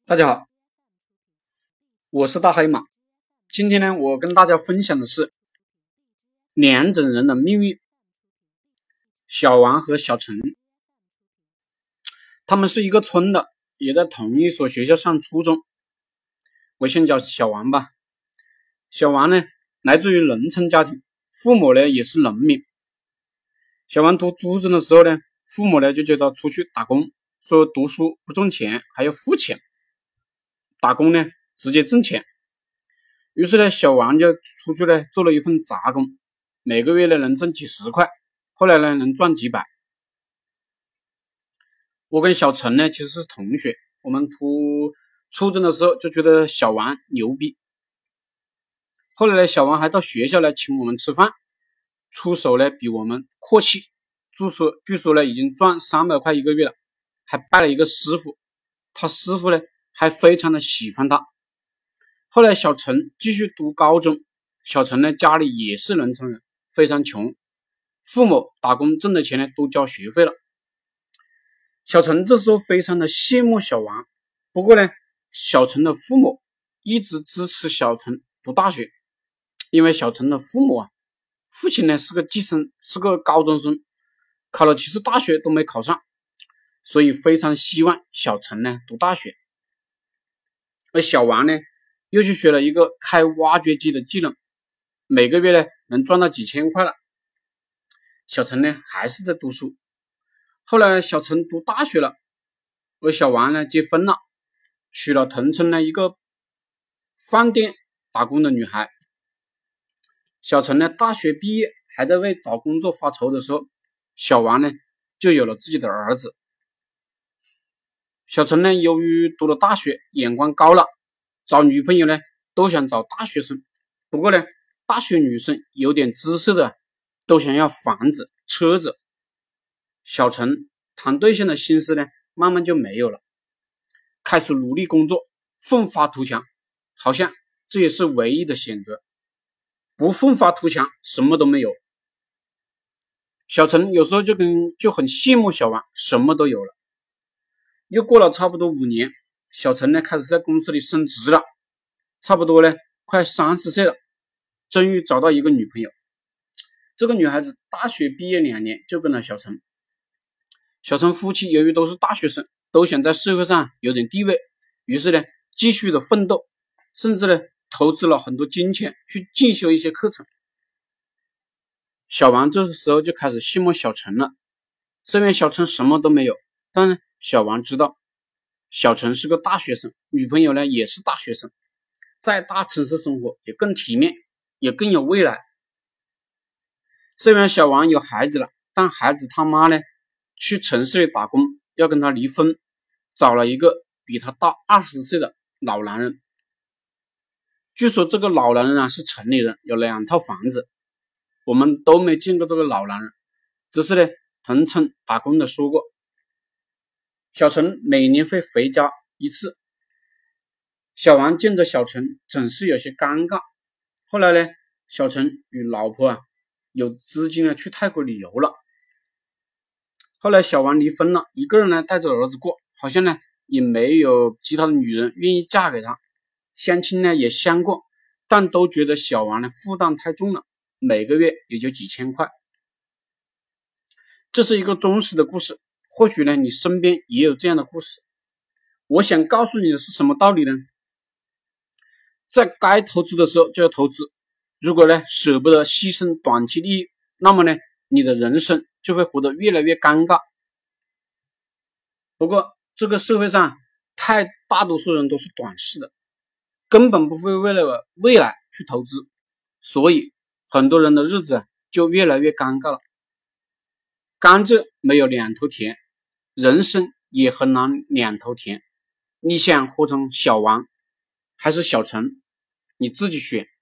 大家好，我是大黑马。今天呢，我跟大家分享的是两种人的命运。小王和小陈，他们是一个村的，也在同一所学校上初中。我先讲小王吧。小王呢，来自于农村家庭，父母呢也是农民。小王读初中的时候呢，父母呢就叫他出去打工，说读书不挣钱，还要付钱。打工呢，直接挣钱。于是呢，小王就出去呢做了一份杂工，每个月呢能挣几十块，后来呢能赚几百。我跟小陈呢其实是同学，我们读初中的时候就觉得小王牛逼。后来呢，小王还到学校来请我们吃饭，出手呢比我们阔气，据说呢已经赚300块一个月了，还拜了一个师傅，他师傅呢还非常的喜欢他。后来小陈继续读高中，小陈呢家里也是农村人，非常穷，父母打工挣的钱呢都交学费了。小陈这时候非常的羡慕小王，不过呢，小陈的父母一直支持小陈读大学，因为小陈的父母父亲呢是个技生，是个高中生，考了几次大学都没考上，所以非常希望小陈呢读大学。而小王呢又去学了一个开挖掘机的技能，每个月呢能赚到几千块了。小陈呢还是在读书。后来小陈读大学了，而小王呢结婚了，娶了同村的一个饭店打工的女孩。小陈呢大学毕业，还在为找工作发愁的时候，小王呢就有了自己的儿子。小陈呢由于读了大学，眼光高了，找女朋友呢都想找大学生。不过呢，大学女生有点姿色的都想要房子车子。小陈谈对象的心思呢慢慢就没有了，开始努力工作，奋发图强，好像这也是唯一的选择，不奋发图强什么都没有。小陈有时候就很羡慕小王什么都有了。又过了差不多5年，小陈呢开始在公司里升职了，差不多呢快30岁了，终于找到一个女朋友。这个女孩子大学毕业2年就跟了小陈。小陈夫妻由于都是大学生，都想在社会上有点地位，于是呢继续的奋斗，甚至呢投资了很多金钱去进修一些课程。小王这个时候就开始羡慕小陈了。虽然小陈什么都没有，但是小王知道小陈是个大学生，女朋友呢也是大学生，在大城市生活也更体面，也更有未来。虽然小王有孩子了，但孩子他妈呢去城市里打工，要跟他离婚，找了一个比他大20岁的老男人。据说这个老男人是城里人，有2套房子，我们都没见过这个老男人，只是呢同村打工的说过。小陈每年会回家一次，小王见着小陈总是有些尴尬。后来呢，小陈与老婆有资金呢去泰国旅游了。后来小王离婚了，一个人呢带着儿子过，好像呢也没有其他的女人愿意嫁给他。相亲呢也相过，但都觉得小王呢负担太重了，每个月也就几千块。这是一个忠实的故事，或许呢你身边也有这样的故事。我想告诉你的是什么道理呢？在该投资的时候就要投资，如果呢舍不得牺牲短期利益，那么呢你的人生就会活得越来越尴尬。不过这个社会上大多数人都是短视的，根本不会为了未来去投资，所以很多人的日子就越来越尴尬了。甘蔗没有2头甜，人生也很难2头甜。你想活成小王还是小陈，你自己选。